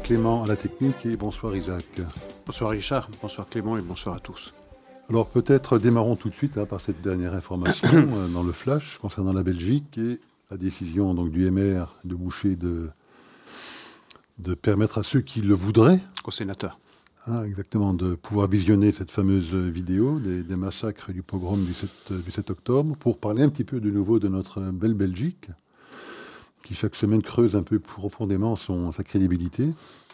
Clément à la technique et bonsoir Isaac. Bonsoir Richard, bonsoir Clément et bonsoir à tous. Alors peut-être démarrons tout de suite par cette dernière information dans le flash concernant la Belgique et la décision donc, du MR de Boucher de permettre à ceux qui le voudraient, Au sénateur. Exactement, de pouvoir visionner cette fameuse vidéo des massacres du pogrom du 7 octobre pour parler un petit peu de nouveau de notre belle Belgique qui chaque semaine creuse un peu profondément sa crédibilité.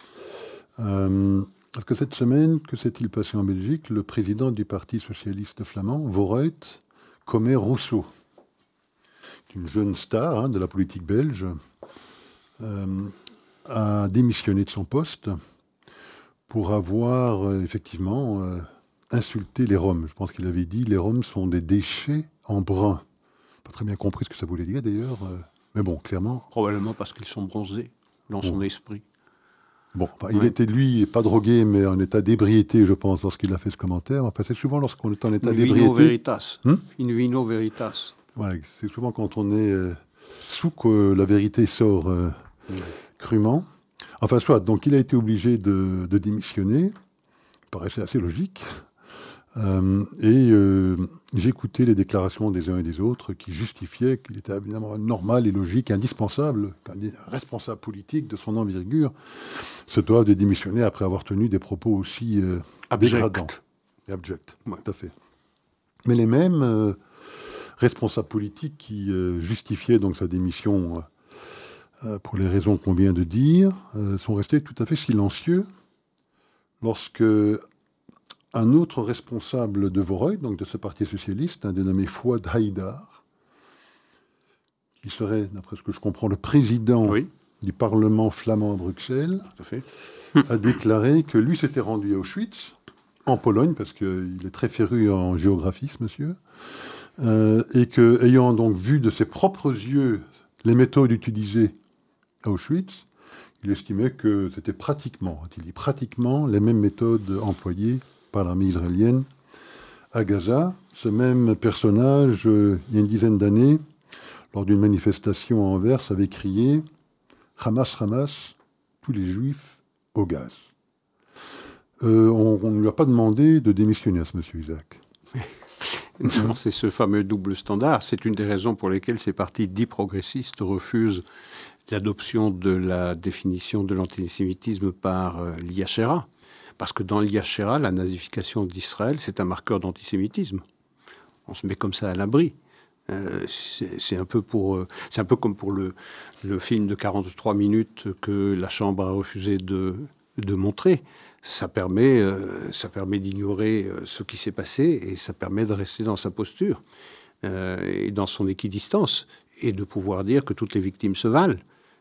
Parce que cette semaine, que s'est-il passé en Belgique? Le président du Parti socialiste flamand, Vooruit, Comer Rousseau, une jeune star de la politique belge, a démissionné de son poste pour avoir effectivement insulté les Roms. Je pense qu'il avait dit les Roms sont des déchets en brun. Pas très bien compris ce que ça voulait dire d'ailleurs, mais bon, clairement. Probablement parce qu'ils sont bronzés dans son esprit. Bon, il était, lui, pas drogué, mais en état d'ébriété, je pense, lorsqu'il a fait ce commentaire. Enfin, c'est souvent lorsqu'on est en état d'ébriété. Vino veritas. In vino veritas. Ouais, c'est souvent quand on est sous que la vérité sort crûment. Enfin, soit, donc il a été obligé de démissionner. Ça paraissait assez logique. J'ai écouté les déclarations des uns et des autres qui justifiaient qu'il était évidemment normal et logique, indispensable qu'un responsable politique de son envergure se doive de démissionner après avoir tenu des propos aussi dégradants et abjects. Ouais. Tout à fait. Mais les mêmes responsables politiques qui justifiaient donc sa démission pour les raisons qu'on vient de dire sont restés tout à fait silencieux lorsque un autre responsable de Vooruit, donc de ce parti socialiste, un dénommé Fouad Haïdar, qui serait, d'après ce que je comprends, le président du Parlement flamand à Bruxelles, a déclaré que lui s'était rendu à Auschwitz, en Pologne, parce qu'il est très féru en géographie, ce monsieur, et qu'ayant donc vu de ses propres yeux les méthodes utilisées à Auschwitz, il estimait que c'était pratiquement les mêmes méthodes employées par l'armée israélienne à Gaza. Ce même personnage, il y a une dizaine d'années, lors d'une manifestation à Anvers, avait crié « Hamas, Hamas, tous les juifs au gaz ». On ne lui a pas demandé de démissionner à ce monsieur Isaac. Non, c'est ce fameux double standard. C'est une des raisons pour lesquelles ces partis dits progressistes refusent l'adoption de la définition de l'antisémitisme par l'IHRA. Parce que dans l'IHRA, la nazification d'Israël, c'est un marqueur d'antisémitisme. On se met comme ça à l'abri. C'est un peu comme pour le film de 43 minutes que la Chambre a refusé de montrer. Ça permet d'ignorer ce qui s'est passé et ça permet de rester dans sa posture et dans son équidistance et de pouvoir dire que toutes les victimes se valent.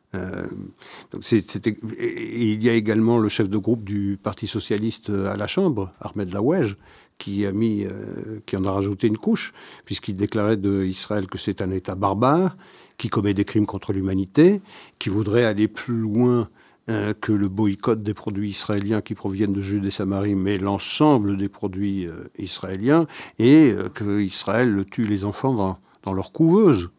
Donc il y a également le chef de groupe du Parti socialiste à la Chambre, Ahmed Laouej, qui en a rajouté une couche, puisqu'il déclarait d'Israël que c'est un État barbare, qui commet des crimes contre l'humanité, qui voudrait aller plus loin que le boycott des produits israéliens qui proviennent de Judée-Samarie, mais l'ensemble des produits israéliens, et que Israël tue les enfants dans leurs couveuses.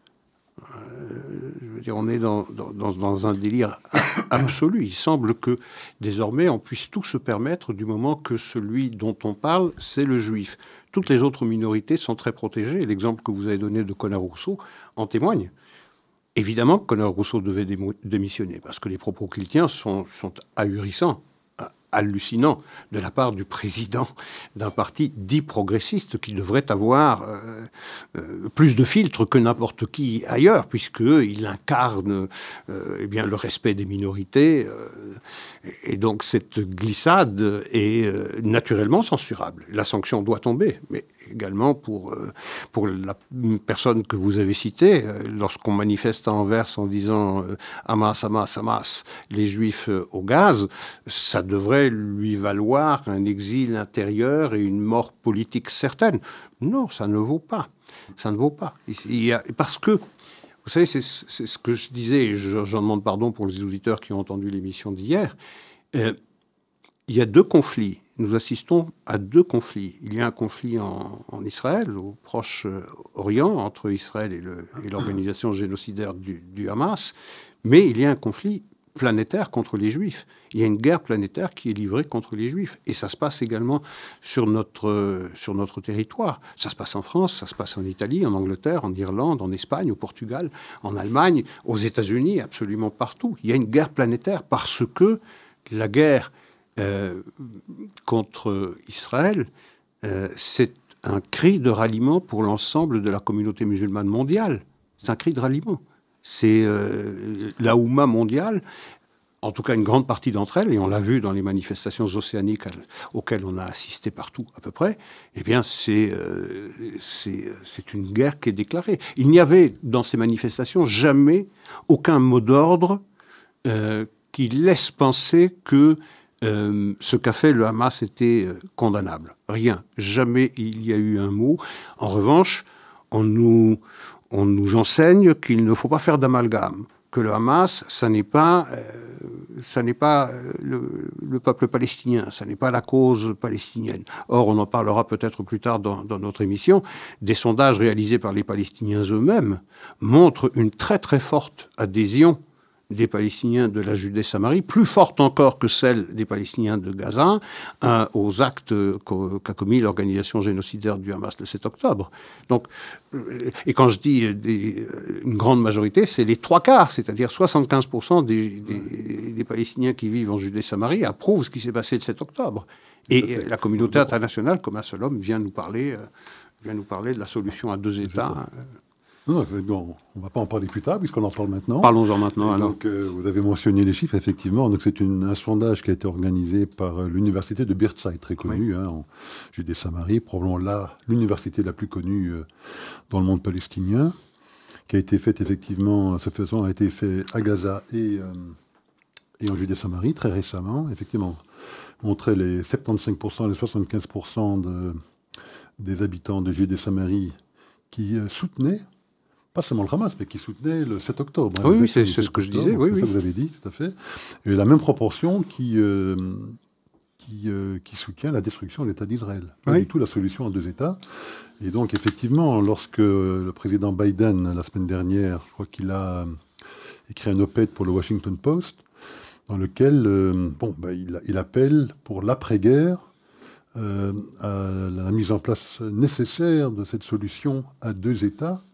Je veux dire, on est dans un délire absolu. Il semble que désormais on puisse tout se permettre du moment que celui dont on parle, c'est le juif. Toutes les autres minorités sont très protégées. L'exemple que vous avez donné de Conor Rousseau en témoigne. Évidemment, Conor Rousseau devait démissionner parce que les propos qu'il tient sont ahurissants, hallucinants, de la part du président d'un parti dit progressiste qui devrait avoir plus de filtres que n'importe qui ailleurs, puisqu'il incarne le respect des minorités. Et donc cette glissade est naturellement censurable. La sanction doit tomber, mais également pour la personne que vous avez citée, lorsqu'on manifeste à Anvers en disant Hamas, Hamas, Hamas, les Juifs au gaz, ça devrait lui valoir un exil intérieur et une mort politique certaine. Non, ça ne vaut pas. Ça ne vaut pas. Parce que, vous savez, c'est ce que je disais, et j'en demande pardon pour les auditeurs qui ont entendu l'émission d'hier. Il y a deux conflits. Nous assistons à deux conflits. Il y a un conflit en Israël, au Proche-Orient, entre Israël et l'organisation génocidaire du Hamas, mais il y a un conflit planétaire contre les Juifs. Il y a une guerre planétaire qui est livrée contre les Juifs. Et ça se passe également sur notre territoire. Ça se passe en France, ça se passe en Italie, en Angleterre, en Irlande, en Espagne, au Portugal, en Allemagne, aux États-Unis, absolument partout. Il y a une guerre planétaire parce que la guerre contre Israël, c'est un cri de ralliement pour l'ensemble de la communauté musulmane mondiale. C'est un cri de ralliement. C'est la Oumma mondiale, en tout cas une grande partie d'entre elles, et on l'a vu dans les manifestations océaniques auxquelles on a assisté partout à peu près, eh bien c'est une guerre qui est déclarée. Il n'y avait dans ces manifestations jamais aucun mot d'ordre qui laisse penser que ce qu'a fait le Hamas était condamnable. Rien. Jamais il y a eu un mot. En revanche, on nous enseigne qu'il ne faut pas faire d'amalgame, que le Hamas, ça n'est pas le peuple palestinien, ça n'est pas la cause palestinienne. Or, on en parlera peut-être plus tard dans notre émission, des sondages réalisés par les Palestiniens eux-mêmes montrent une très très forte adhésion des Palestiniens de la Judée-Samarie, plus forte encore que celle des Palestiniens de Gaza, aux actes qu'a commis l'organisation génocidaire du Hamas le 7 octobre. Donc, et quand je dis une grande majorité, c'est les 3/4, c'est-à-dire 75% des Palestiniens qui vivent en Judée-Samarie approuvent ce qui s'est passé le 7 octobre. Et la communauté internationale, comme un seul homme, vient nous parler de la solution à 2 États. Non, on ne va pas en parler plus tard, puisqu'on en parle maintenant. Parlons-en maintenant. Donc, vous avez mentionné les chiffres, effectivement. Donc, c'est un sondage qui a été organisé par l'université de Birzeit, très connue, en Judée-Samarie, probablement l'université la plus connue dans le monde palestinien, qui a été faite, effectivement, ce faisant, a été fait à Gaza et en Judée-Samarie, très récemment. Effectivement, montrait les 75%, les 75% des habitants de Judée-Samarie qui soutenaient, pas seulement le Hamas, mais qui soutenait le 7 octobre. Oui, c'est ce que je disais. Oui, c'est ça que vous avez dit, tout à fait. Et la même proportion qui soutient la destruction de l'État d'Israël. Pas du tout la solution à 2 États. Et donc, effectivement, lorsque le président Biden, la semaine dernière, je crois qu'il a écrit un op-ed pour le Washington Post, dans lequel il appelle pour l'après-guerre à la mise en place nécessaire de cette solution à 2 États.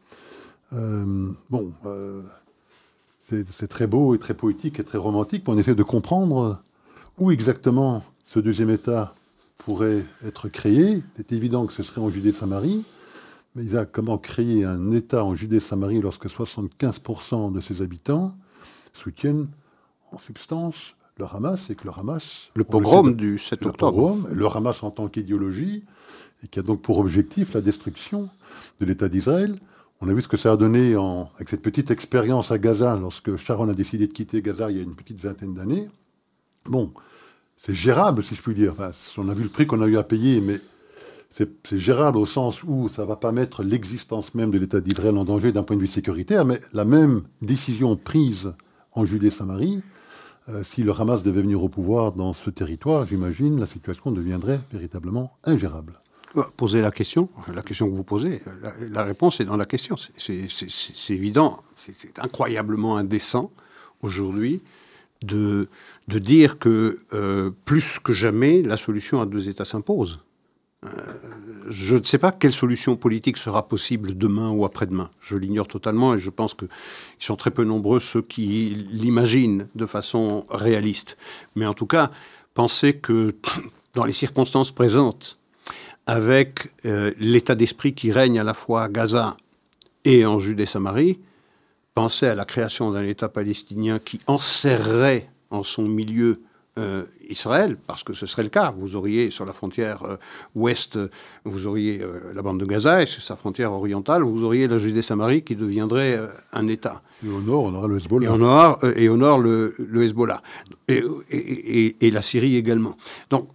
C'est très beau et très poétique et très romantique, mais on essaie de comprendre où exactement ce 2e État pourrait être créé. C'est évident que ce serait en Judée-Samarie, mais comment créer un État en Judée-Samarie lorsque 75% de ses habitants soutiennent en substance le Hamas, et que le Hamas... Le pogrom du 7 octobre. Le Hamas en tant qu'idéologie, et qui a donc pour objectif la destruction de l'État d'Israël. On a vu ce que ça a donné avec cette petite expérience à Gaza, lorsque Sharon a décidé de quitter Gaza il y a une petite vingtaine d'années. Bon, c'est gérable, si je puis dire. Enfin, on a vu le prix qu'on a eu à payer, mais c'est gérable au sens où ça ne va pas mettre l'existence même de l'État d'Israël en danger d'un point de vue sécuritaire, mais la même décision prise en Judée-Samarie, si le Hamas devait venir au pouvoir dans ce territoire, j'imagine, la situation deviendrait véritablement ingérable. Poser la question que vous posez, la réponse est dans la question. C'est évident, c'est incroyablement indécent aujourd'hui de dire que plus que jamais, la solution à 2 États s'impose. Je ne sais pas quelle solution politique sera possible demain ou après-demain. Je l'ignore totalement et je pense qu'ils sont très peu nombreux ceux qui l'imaginent de façon réaliste. Mais en tout cas, penser que dans les circonstances présentes, avec l'état d'esprit qui règne à la fois à Gaza et en Judée-Samarie, penser à la création d'un État palestinien qui enserrerait en son milieu Israël, parce que ce serait le cas. Vous auriez sur la frontière ouest, vous auriez la bande de Gaza, et sur sa frontière orientale, vous auriez la Judée-Samarie qui deviendrait un État. Et au nord, on aura le Hezbollah. Et au nord, le Hezbollah. Et la Syrie également. Donc,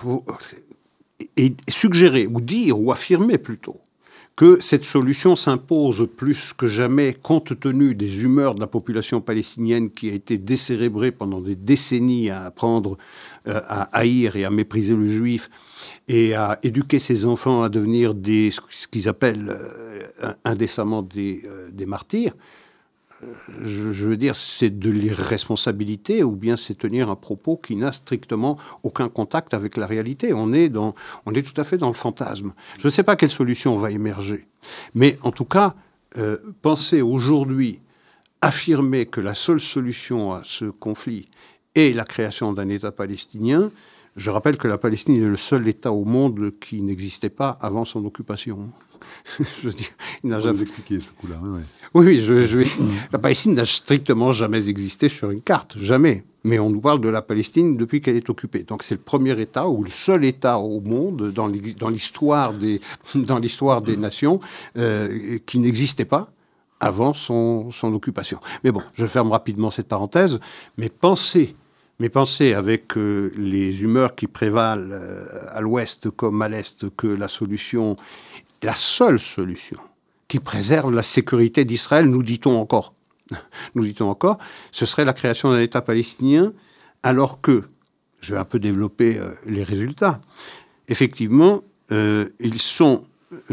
et suggérer, ou dire, ou affirmer plutôt, que cette solution s'impose plus que jamais compte tenu des humeurs de la population palestinienne qui a été décérébrée pendant des décennies à apprendre à haïr et à mépriser le juif et à éduquer ses enfants à devenir ce qu'ils appellent indécemment des martyrs. je veux dire, c'est de l'irresponsabilité ou bien c'est tenir un propos qui n'a strictement aucun contact avec la réalité. On est tout à fait dans le fantasme. Je ne sais pas quelle solution va émerger. Mais en tout cas, penser aujourd'hui, affirmer que la seule solution à ce conflit est la création d'un État palestinien, je rappelle que la Palestine est le seul État au monde qui n'existait pas avant son occupation. Je veux dire, il n'a jamais expliqué ce coup-là. Oui, la Palestine n'a strictement jamais existé sur une carte, jamais. Mais on nous parle de la Palestine depuis qu'elle est occupée. Donc c'est le premier État ou le seul État au monde dans l'histoire des nations qui n'existait pas avant son occupation. Mais bon, je ferme rapidement cette parenthèse. Mais pensez avec les humeurs qui prévalent à l'ouest comme à l'est que la seule solution qui préserve la sécurité d'Israël, nous dit-on encore, ce serait la création d'un État palestinien, alors que, je vais un peu développer les résultats, effectivement, ils sont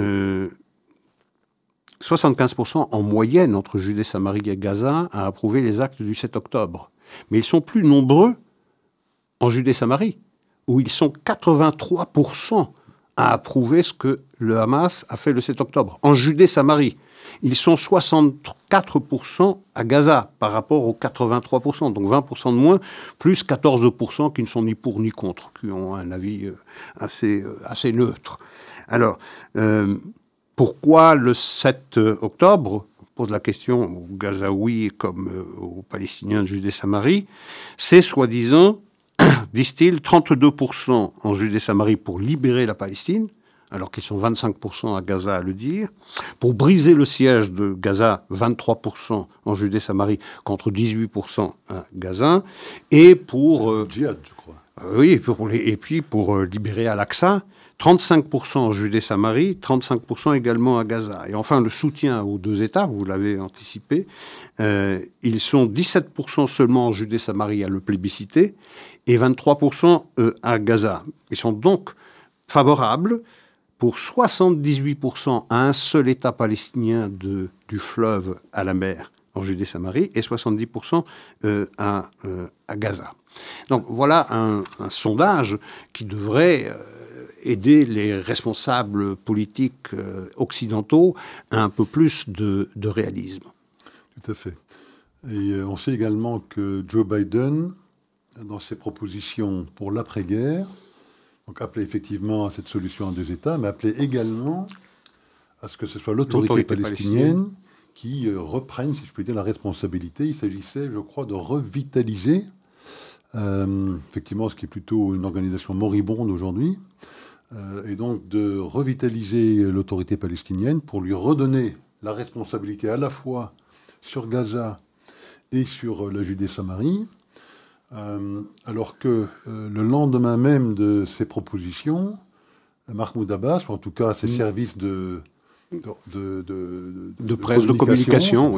75% en moyenne entre Judée-Samarie et Gaza à approuver les actes du 7 octobre. Mais ils sont plus nombreux en Judée-Samarie, où ils sont 83% à approuver ce que le Hamas a fait le 7 octobre. En Judée-Samarie, ils sont 64% à Gaza par rapport aux 83%, donc 20% de moins, plus 14% qui ne sont ni pour ni contre, qui ont un avis assez neutre. Alors, pourquoi le 7 octobre ? On pose la question aux Gazaouis comme aux Palestiniens de Judée-Samarie. C'est soi-disant, disent-ils, 32% en Judée-Samarie pour libérer la Palestine, alors qu'ils sont 25% à Gaza à le dire. Pour briser le siège de Gaza, 23% en Judée-Samarie contre 18% à Gaza. Et pour... djihad, je crois. Oui, et puis pour libérer Al-Aqsa, 35% en Judée-Samarie, 35% également à Gaza. Et enfin, le soutien aux deux États, vous l'avez anticipé, ils sont 17% seulement en Judée-Samarie à le plébisciter et 23% à Gaza. Ils sont donc favorables pour 78% à un seul État palestinien du fleuve à la mer en Judée-Samarie et 70% à Gaza. Donc voilà un sondage qui devrait aider les responsables politiques occidentaux à un peu plus de réalisme. Tout à fait. Et on sait également que Joe Biden, dans ses propositions pour l'après-guerre, donc appelait effectivement à cette solution en deux États, mais appelait également à ce que ce soit l'autorité palestinienne qui reprenne, si je puis dire, la responsabilité. Il s'agissait, je crois, de revitaliser, effectivement, ce qui est plutôt une organisation moribonde aujourd'hui, et donc de revitaliser l'autorité palestinienne pour lui redonner la responsabilité à la fois sur Gaza et sur la Judée-Samarie, alors que le lendemain même de ces propositions, Mahmoud Abbas, ou en tout cas ses services de presse, de communication,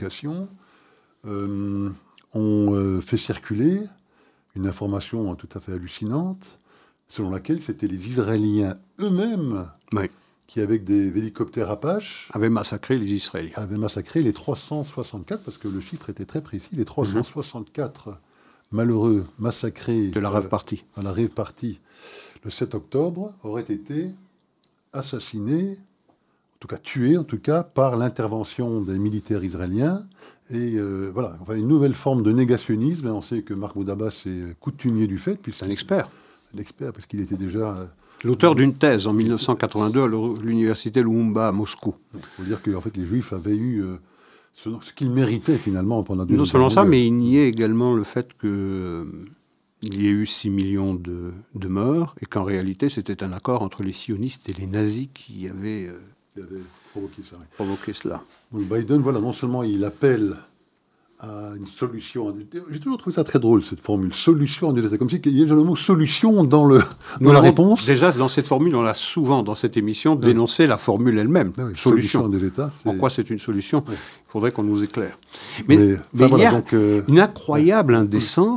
ont fait circuler une information tout à fait hallucinante, selon laquelle c'était les Israéliens eux-mêmes qui, avec des hélicoptères Apache, avaient massacré les Israéliens. Avaient massacré les 364, parce que le chiffre était très précis, les 364 malheureux massacrés de la rave party. À la rave party le 7 octobre auraient été assassinés, en tout cas tués, par l'intervention des militaires israéliens. Et voilà, enfin, une nouvelle forme de négationnisme. On sait que Mahmoud Abbas est coutumier du fait. C'est un expert. Un expert, parce qu'il était déjà... l'auteur d'une thèse en 1982 à l'université Lumumba à Moscou. Il faut dire que en fait, les Juifs avaient eu ce qu'ils méritaient finalement pendant deux ans. Non seulement ça, mais il niait également le fait qu'il y ait eu 6 millions de morts et qu'en réalité, c'était un accord entre les sionistes et les nazis qui avaient provoqué cela. Donc Biden, voilà, non seulement il appelle à une solution. J'ai toujours trouvé ça très drôle, cette formule. Solution en deux États. Comme si il y avait le mot solution dans la réponse. Déjà, dans cette formule, on a souvent, dans cette émission, dénoncé la formule elle-même. Oui, solution en deux États. En quoi c'est une solution ? Il faudrait qu'on nous éclare. Mais il y a une incroyable indécence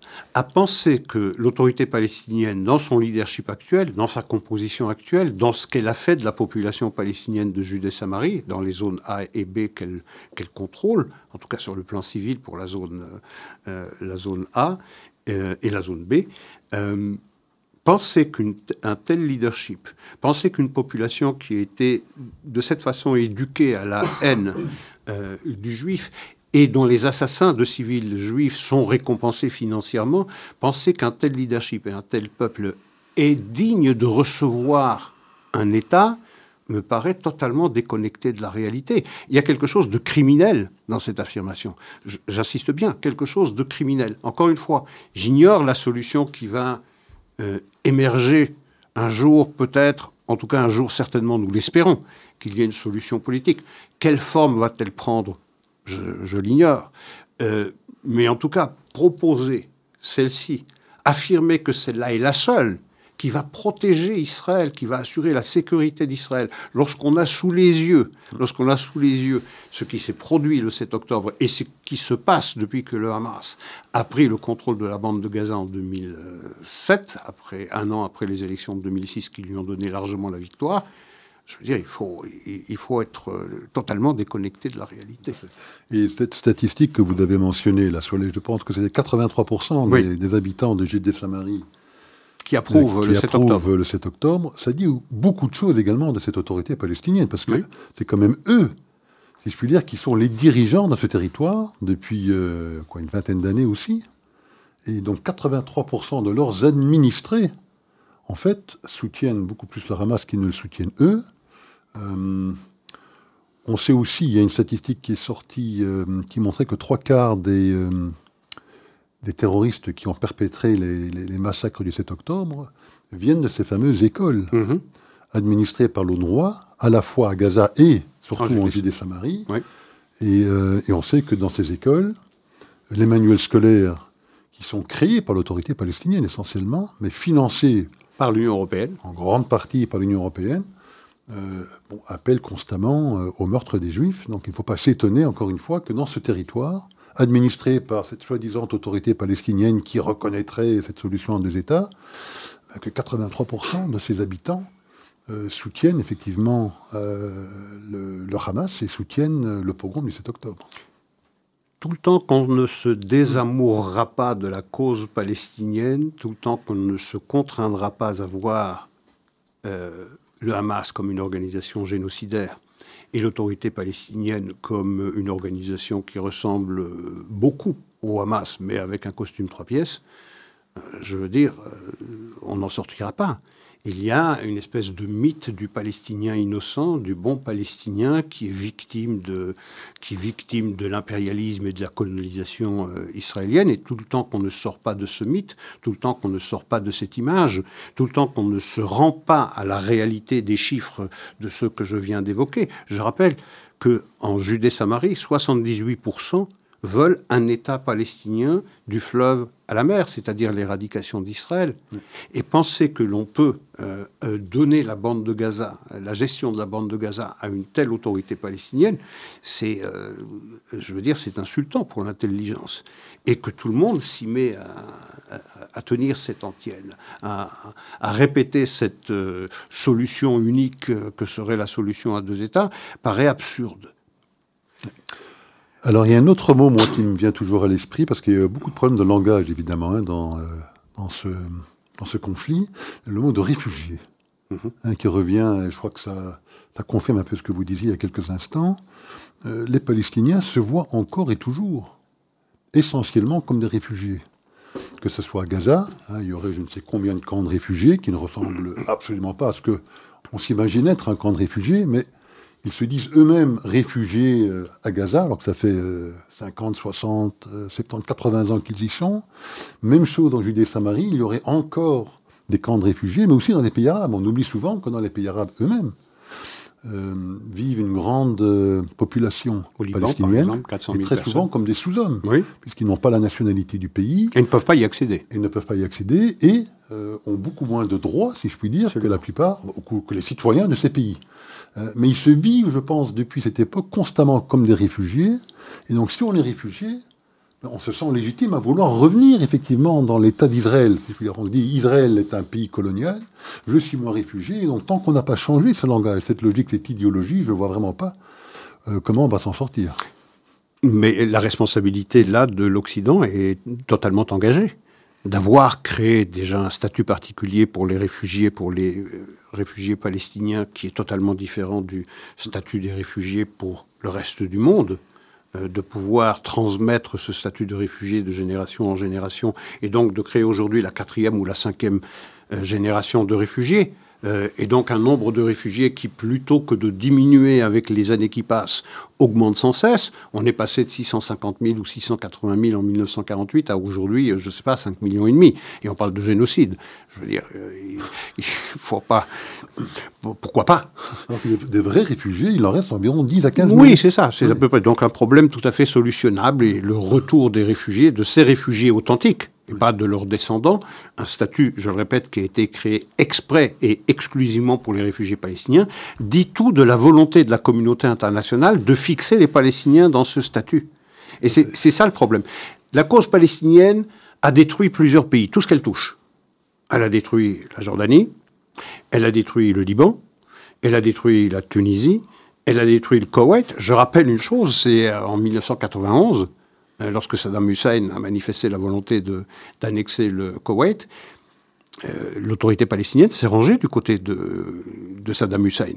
à penser que l'autorité palestinienne, dans son leadership actuel, dans sa composition actuelle, dans ce qu'elle a fait de la population palestinienne de Judée-Samarie, dans les zones A et B qu'elle contrôle, en tout cas sur le plan civil pour la zone A et la zone B, penser qu'un tel leadership, penser qu'une population qui a été de cette façon éduquée à la haine du juif et dont les assassins de civils juifs sont récompensés financièrement, penser qu'un tel leadership et un tel peuple est digne de recevoir un État me paraît totalement déconnecté de la réalité. Il y a quelque chose de criminel dans cette affirmation. J'insiste bien, quelque chose de criminel. Encore une fois, j'ignore la solution qui va émerger un jour peut-être, en tout cas un jour certainement, nous l'espérons, qu'il y ait une solution politique. Quelle forme va-t-elle prendre ? Je l'ignore. Mais en tout cas, proposer celle-ci, affirmer que celle-là est la seule qui va protéger Israël, qui va assurer la sécurité d'Israël, lorsqu'on a sous les yeux ce qui s'est produit le 7 octobre et ce qui se passe depuis que le Hamas a pris le contrôle de la bande de Gaza en 2007, un an après les élections de 2006 qui lui ont donné largement la victoire. Je veux dire, il faut être totalement déconnecté de la réalité. Et cette statistique que vous avez mentionnée, là, je pense que c'était 83% des habitants de Judée-Samarie qui approuvent le 7 octobre, ça dit beaucoup de choses également de cette autorité palestinienne, parce que c'est quand même eux, si je puis dire, qui sont les dirigeants de ce territoire depuis une vingtaine d'années aussi. Et donc 83% de leurs administrés, en fait, soutiennent beaucoup plus le Hamas qu'ils ne le soutiennent eux. On sait aussi, il y a une statistique qui est sortie qui montrait que 3/4 des terroristes qui ont perpétré les massacres du 7 octobre viennent de ces fameuses écoles administrées par l'UNRWA, à la fois à Gaza et surtout en Judée-Samarie. Oui. Et on sait que dans ces écoles, les manuels scolaires qui sont créés par l'autorité palestinienne essentiellement, mais financés par l'Union européenne, en grande partie par l'Union européenne, appellent constamment au meurtre des Juifs. Donc il ne faut pas s'étonner, encore une fois, que dans ce territoire, administré par cette soi-disant autorité palestinienne qui reconnaîtrait cette solution en deux États, que 83% de ses habitants soutiennent effectivement le Hamas et soutiennent le pogrom du 7 octobre. Tout le temps qu'on ne se désamourera pas de la cause palestinienne, tout le temps qu'on ne se contraindra pas à voir le Hamas comme une organisation génocidaire et l'autorité palestinienne comme une organisation qui ressemble beaucoup au Hamas, mais avec un costume 3 pièces, je veux dire, on n'en sortira pas. Il y a une espèce de mythe du Palestinien innocent, du bon Palestinien qui est victime de l'impérialisme et de la colonisation israélienne. Et tout le temps qu'on ne sort pas de ce mythe, tout le temps qu'on ne sort pas de cette image, tout le temps qu'on ne se rend pas à la réalité des chiffres de ceux que je viens d'évoquer. Je rappelle qu'en Judée-Samarie, 78% veulent un État palestinien du fleuve à la mer, c'est-à-dire l'éradication d'Israël. Et penser que l'on peut donner la bande de Gaza, la gestion de la bande de Gaza à une telle autorité palestinienne, c'est, je veux dire, c'est insultant pour l'intelligence. Et que tout le monde s'y met à tenir cette antienne, à répéter cette solution unique que serait la solution à deux États, paraît absurde. Alors, il y a un autre mot, moi, qui me vient toujours à l'esprit, parce qu'il y a beaucoup de problèmes de langage, évidemment, dans ce conflit, le mot de réfugié, qui revient, et je crois que ça confirme un peu ce que vous disiez il y a quelques instants. Les Palestiniens se voient encore et toujours, essentiellement, comme des réfugiés. Que ce soit à Gaza, il y aurait je ne sais combien de camps de réfugiés qui ne ressemblent absolument pas à ce qu'on s'imagine être un camp de réfugiés, mais ils se disent eux-mêmes réfugiés à Gaza, alors que ça fait 50, 60, 70, 80 ans qu'ils y sont. Même chose en Judée-Samarie, il y aurait encore des camps de réfugiés, mais aussi dans les pays arabes. On oublie souvent que dans les pays arabes eux-mêmes vivent une grande population palestinienne, par exemple, 400 000 et très personnes. souvent comme des sous-hommes, Oui. puisqu'ils n'ont pas la nationalité du pays. Et ne peuvent pas y accéder. Et ont beaucoup moins de droits, si je puis dire, que la plupart, que les citoyens de ces pays. Mais ils se vivent, je pense, depuis cette époque, constamment comme des réfugiés. Et donc, si on est réfugié, On se sent légitime à vouloir revenir effectivement dans l'État d'Israël. Si je veux dire, on se dit Israël est un pays colonial, je suis moi réfugié, et donc tant qu'on n'a pas changé ce langage, cette logique, cette idéologie, je ne vois vraiment pas comment on va s'en sortir. Mais la responsabilité là de l'Occident est totalement engagée. D'avoir créé déjà un statut particulier pour les réfugiés palestiniens qui est totalement différent du statut des réfugiés pour le reste du monde, de pouvoir transmettre ce statut de réfugié de génération en génération, et donc de créer aujourd'hui la 4e ou la 5e génération de réfugiés, et donc un nombre de réfugiés qui, plutôt que de diminuer avec les années qui passent, augmente sans cesse. On est passé de 650 000 ou 680 000 en 1948 à aujourd'hui, je ne sais pas, 5,5 millions. Et on parle de génocide. Je veux dire, il ne faut pas... Pourquoi pas? Alors, des vrais réfugiés, il en reste environ 10 à 15 000. Oui, c'est ça. C'est à peu près donc un problème tout à fait solutionnable. Et le retour des réfugiés, de ces réfugiés authentiques, et pas de leurs descendants, un statut, je le répète, qui a été créé exprès et exclusivement pour les réfugiés palestiniens, dit tout de la volonté de la communauté internationale de fixer les Palestiniens dans ce statut. Et c'est ça le problème. La cause palestinienne a détruit plusieurs pays, tout ce qu'elle touche. Elle a détruit la Jordanie, elle a détruit le Liban, elle a détruit la Tunisie, elle a détruit le Koweït. Je rappelle une chose, c'est en 1991... lorsque Saddam Hussein a manifesté la volonté d'annexer le Koweït, l'autorité palestinienne s'est rangée du côté de Saddam Hussein.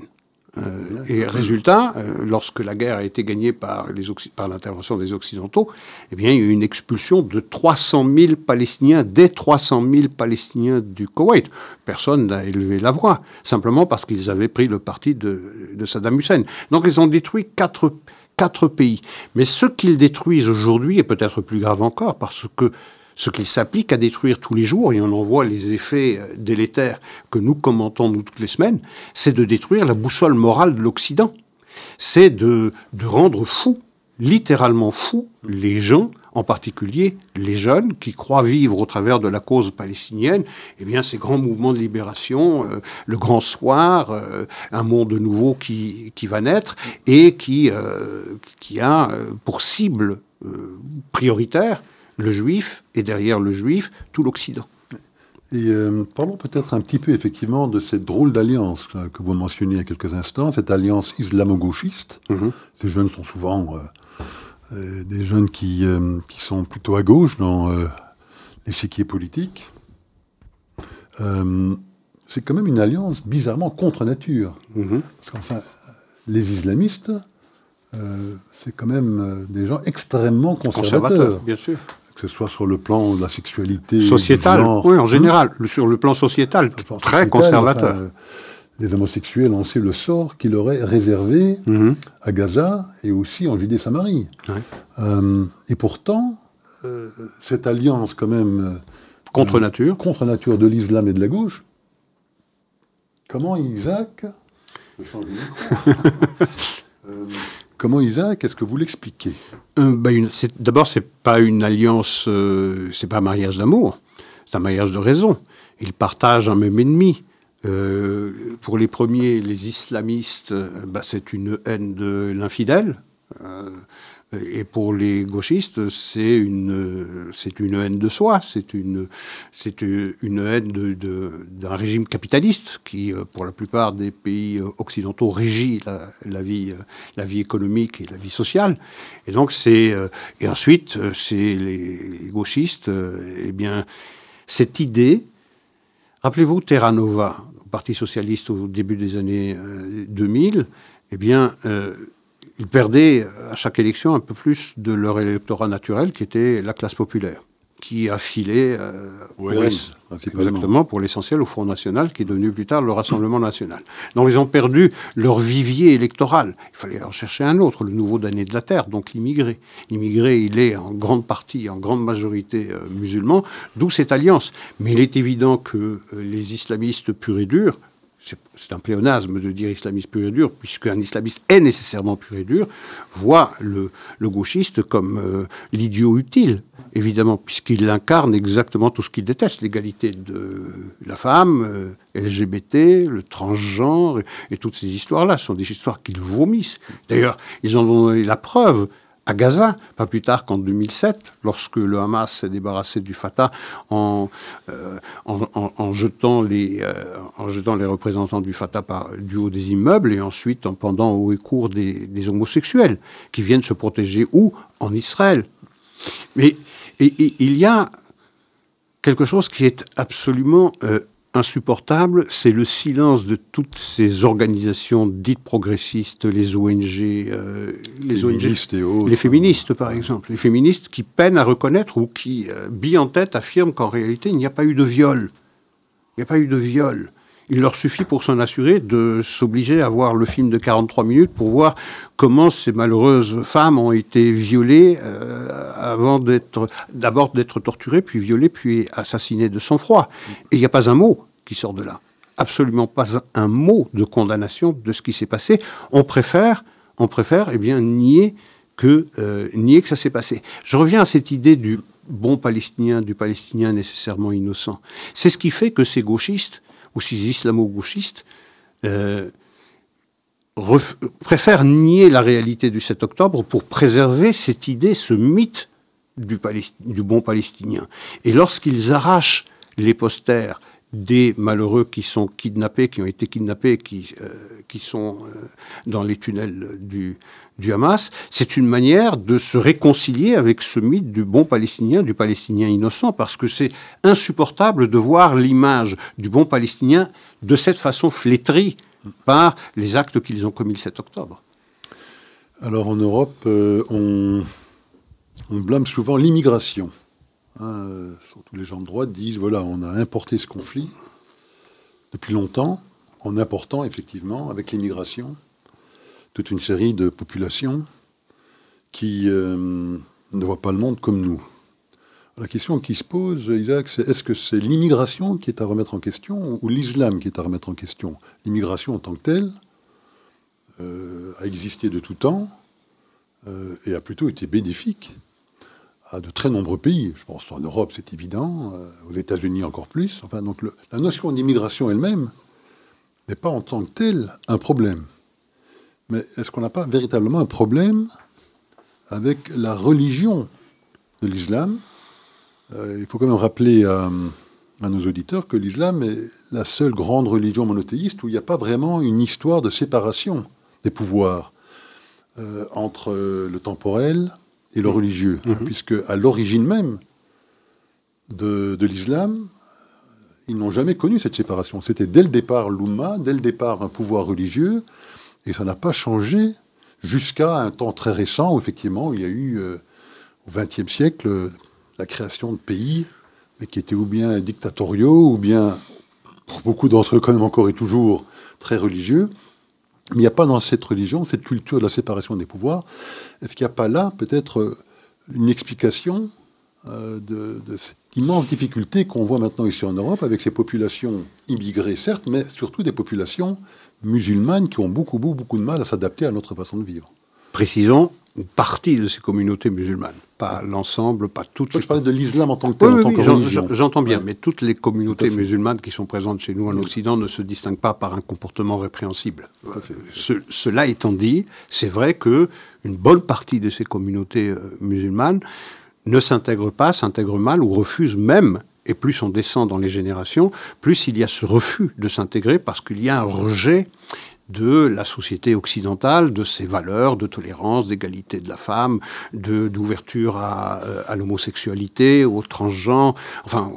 Et résultat, lorsque la guerre a été gagnée par l'intervention des Occidentaux, eh bien, il y a eu une expulsion de 300 000 Palestiniens, des 300 000 Palestiniens du Koweït. Personne n'a élevé la voix, simplement parce qu'ils avaient pris le parti de Saddam Hussein. Donc ils ont détruit quatre pays. Mais ce qu'ils détruisent aujourd'hui est peut-être plus grave encore, parce que ce qu'ils s'appliquent à détruire tous les jours, et on en voit les effets délétères que nous commentons nous toutes les semaines, c'est de détruire la boussole morale de l'Occident. C'est de rendre fous, littéralement fous, les gens, en particulier les jeunes qui croient vivre au travers de la cause palestinienne, eh bien, ces grands mouvements de libération, le grand soir, un monde nouveau qui va naître et qui a pour cible prioritaire le juif et derrière le juif, tout l'Occident. Et parlons peut-être un petit peu effectivement de cette drôle d'alliance que vous mentionniez il y a quelques instants, cette alliance islamo-gauchiste. Ces jeunes sont souvent... des jeunes qui sont plutôt à gauche dans l'échiquier politique. C'est quand même une alliance bizarrement contre nature. Parce qu'enfin, les islamistes, c'est quand même des gens extrêmement conservateurs. Bien sûr. Que ce soit sur le plan de la sexualité, sociétale, du genre, oui, en général, sur le plan sociétal, très conservateur. Enfin, les homosexuels, on sait le sort qu'il aurait réservé à Gaza et aussi en Judée-Samarie. Et pourtant, cette alliance quand même... contre nature de l'islam et de la gauche, comment Isaac... Comment Isaac, est-ce que vous l'expliquez? D'abord, c'est pas une alliance, c'est pas un mariage d'amour, c'est un mariage de raison. Ils partagent un même ennemi. Pour les premiers, les islamistes, c'est une haine de l'infidèle. Et pour les gauchistes, c'est une haine de soi, c'est une haine d'un régime capitaliste qui, pour la plupart des pays occidentaux, régit la vie économique et la vie sociale. Et donc et ensuite, c'est les gauchistes, eh bien, cette idée, rappelez-vous Terra Nova, au Parti socialiste au début des années 2000, eh bien, ils perdaient à chaque élection un peu plus de leur électorat naturel, qui était la classe populaire, qui a filé exactement pour l'essentiel au Front National, qui est devenu plus tard le Rassemblement National. Donc ils ont perdu leur vivier électoral. Il fallait en chercher un autre, le nouveau damné de la terre, donc l'immigré. L'immigré, il est en grande partie, en grande majorité musulman, d'où cette alliance. Mais il est évident que les islamistes purs et durs, c'est un pléonasme de dire islamiste pur et dur, puisqu'un islamiste est nécessairement pur et dur, voit le gauchiste comme l'idiot utile, évidemment, puisqu'il incarne exactement tout ce qu'il déteste, l'égalité de la femme, LGBT, le transgenre, et toutes ces histoires-là sont des histoires qu'ils vomissent. D'ailleurs, ils en ont donné la preuve à Gaza, pas plus tard qu'en 2007, lorsque le Hamas s'est débarrassé du Fatah en jetant les représentants du Fatah du haut des immeubles et ensuite en pendant au cours des homosexuels qui viennent se protéger où? En Israël. Mais il y a quelque chose qui est absolument insupportable, c'est le silence de toutes ces organisations dites progressistes, les ONG, les féministes par exemple, les féministes qui peinent à reconnaître ou qui, billes en tête, affirment qu'en réalité il n'y a pas eu de viol. Il n'y a pas eu de viol. Il leur suffit pour s'en assurer de s'obliger à voir le film de 43 minutes pour voir comment ces malheureuses femmes ont été violées d'abord d'être torturées, puis violées, puis assassinées de sang-froid. Et il n'y a pas un mot qui sort de là. Absolument pas un mot de condamnation de ce qui s'est passé. On préfère nier que ça s'est passé. Je reviens à cette idée du bon Palestinien, du Palestinien nécessairement innocent. C'est ce qui fait que ces gauchistes ou ces islamo-gauchistes préfèrent nier la réalité du 7 octobre pour préserver cette idée, ce mythe du bon Palestinien. Et lorsqu'ils arrachent les posters des malheureux qui sont kidnappés, qui ont été kidnappés, qui sont dans les tunnels du Hamas, c'est une manière de se réconcilier avec ce mythe du bon Palestinien, du Palestinien innocent, parce que c'est insupportable de voir l'image du bon Palestinien de cette façon flétrie par les actes qu'ils ont commis le 7 octobre. Alors en Europe, on blâme souvent l'immigration. Surtout les gens de droite disent, voilà, on a importé ce conflit depuis longtemps, en important effectivement, avec l'immigration, toute une série de populations qui ne voient pas le monde comme nous. La question qui se pose, Isaac, c'est est-ce que c'est l'immigration qui est à remettre en question ou l'islam qui est à remettre en question? L'immigration en tant que telle a existé de tout temps et a plutôt été bénéfique à de très nombreux pays. Je pense en Europe, c'est évident, aux États-Unis encore plus. Enfin, donc la notion d'immigration elle-même n'est pas en tant que telle un problème. Mais est-ce qu'on n'a pas véritablement un problème avec la religion de l'islam? Il faut quand même rappeler à nos auditeurs que l'islam est la seule grande religion monothéiste où il n'y a pas vraiment une histoire de séparation des pouvoirs entre le temporel et le religieux, puisque à l'origine même de l'islam, ils n'ont jamais connu cette séparation. C'était dès le départ l'Oumma, dès le départ un pouvoir religieux, et ça n'a pas changé jusqu'à un temps très récent où effectivement il y a eu au XXe siècle la création de pays, mais qui étaient ou bien dictatoriaux, ou bien, pour beaucoup d'entre eux quand même encore et toujours, très religieux. Mais il n'y a pas dans cette religion, cette culture de la séparation des pouvoirs, est-ce qu'il n'y a pas là peut-être une explication de cette immense difficulté qu'on voit maintenant ici en Europe avec ces populations immigrées, certes, mais surtout des populations musulmanes qui ont beaucoup de mal à s'adapter à notre façon de vivre? Précisons, une partie de ces communautés musulmanes, pas l'ensemble, pas toutes. Je parlais de l'islam en tant que tel, en tant que religion. J'entends bien, mais toutes les communautés musulmanes qui sont présentes chez nous en Occident ne se distinguent pas par un comportement répréhensible. Cela étant dit, c'est vrai qu'une bonne partie de ces communautés musulmanes ne s'intègrent pas, s'intègrent mal ou refusent même. Et plus on descend dans les générations, plus il y a ce refus de s'intégrer parce qu'il y a un rejet de la société occidentale, de ses valeurs de tolérance, d'égalité de la femme, d'ouverture à l'homosexualité, aux transgenres, enfin,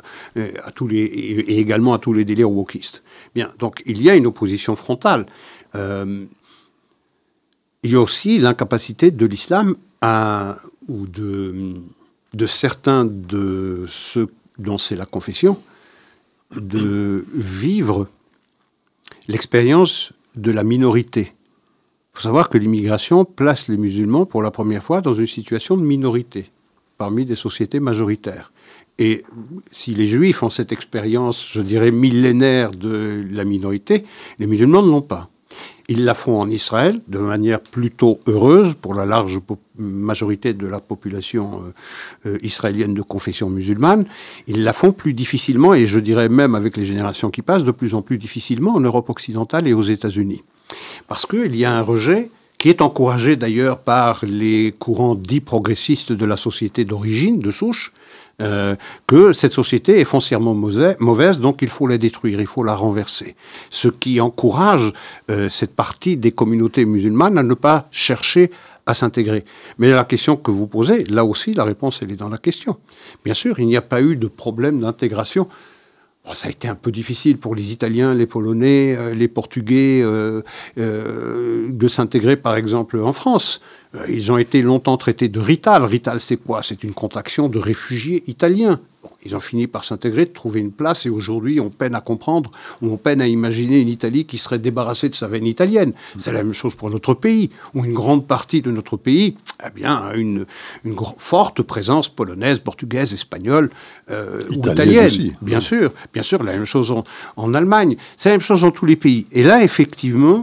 et également à tous les délires wokistes. Bien, donc il y a une opposition frontale. Il y a aussi l'incapacité de l'islam ou de certains de ceux dont c'est la confession, de vivre l'expérience de la minorité. Il faut savoir que l'immigration place les musulmans pour la première fois dans une situation de minorité parmi des sociétés majoritaires. Et si les juifs ont cette expérience, je dirais, millénaire de la minorité, les musulmans ne l'ont pas. Ils la font en Israël de manière plutôt heureuse pour la large majorité de la population israélienne de confession musulmane. Ils la font plus difficilement, et je dirais même avec les générations qui passent, de plus en plus difficilement en Europe occidentale et aux États-Unis. Parce qu'il y a un rejet qui est encouragée d'ailleurs par les courants dits progressistes de la société d'origine, de souche, que cette société est foncièrement mauvaise, donc il faut la détruire, il faut la renverser. Ce qui encourage cette partie des communautés musulmanes à ne pas chercher à s'intégrer. Mais la question que vous posez, là aussi, la réponse, elle est dans la question. Bien sûr, il n'y a pas eu de problème d'intégration. Bon, ça a été un peu difficile pour les Italiens, les Polonais, les Portugais de s'intégrer, par exemple, en France. Ils ont été longtemps traités de rital. Rital, c'est quoi? C'est une contraction de réfugiés italiens. Bon, ils ont fini par s'intégrer, de trouver une place, et aujourd'hui, on peine à comprendre, ou on peine à imaginer une Italie qui serait débarrassée de sa veine italienne. C'est la même chose pour notre pays, où une grande partie de notre pays a une forte présence polonaise, portugaise, espagnole ou italienne. Aussi. Bien sûr, la même chose en Allemagne. C'est la même chose dans tous les pays. Et là, effectivement,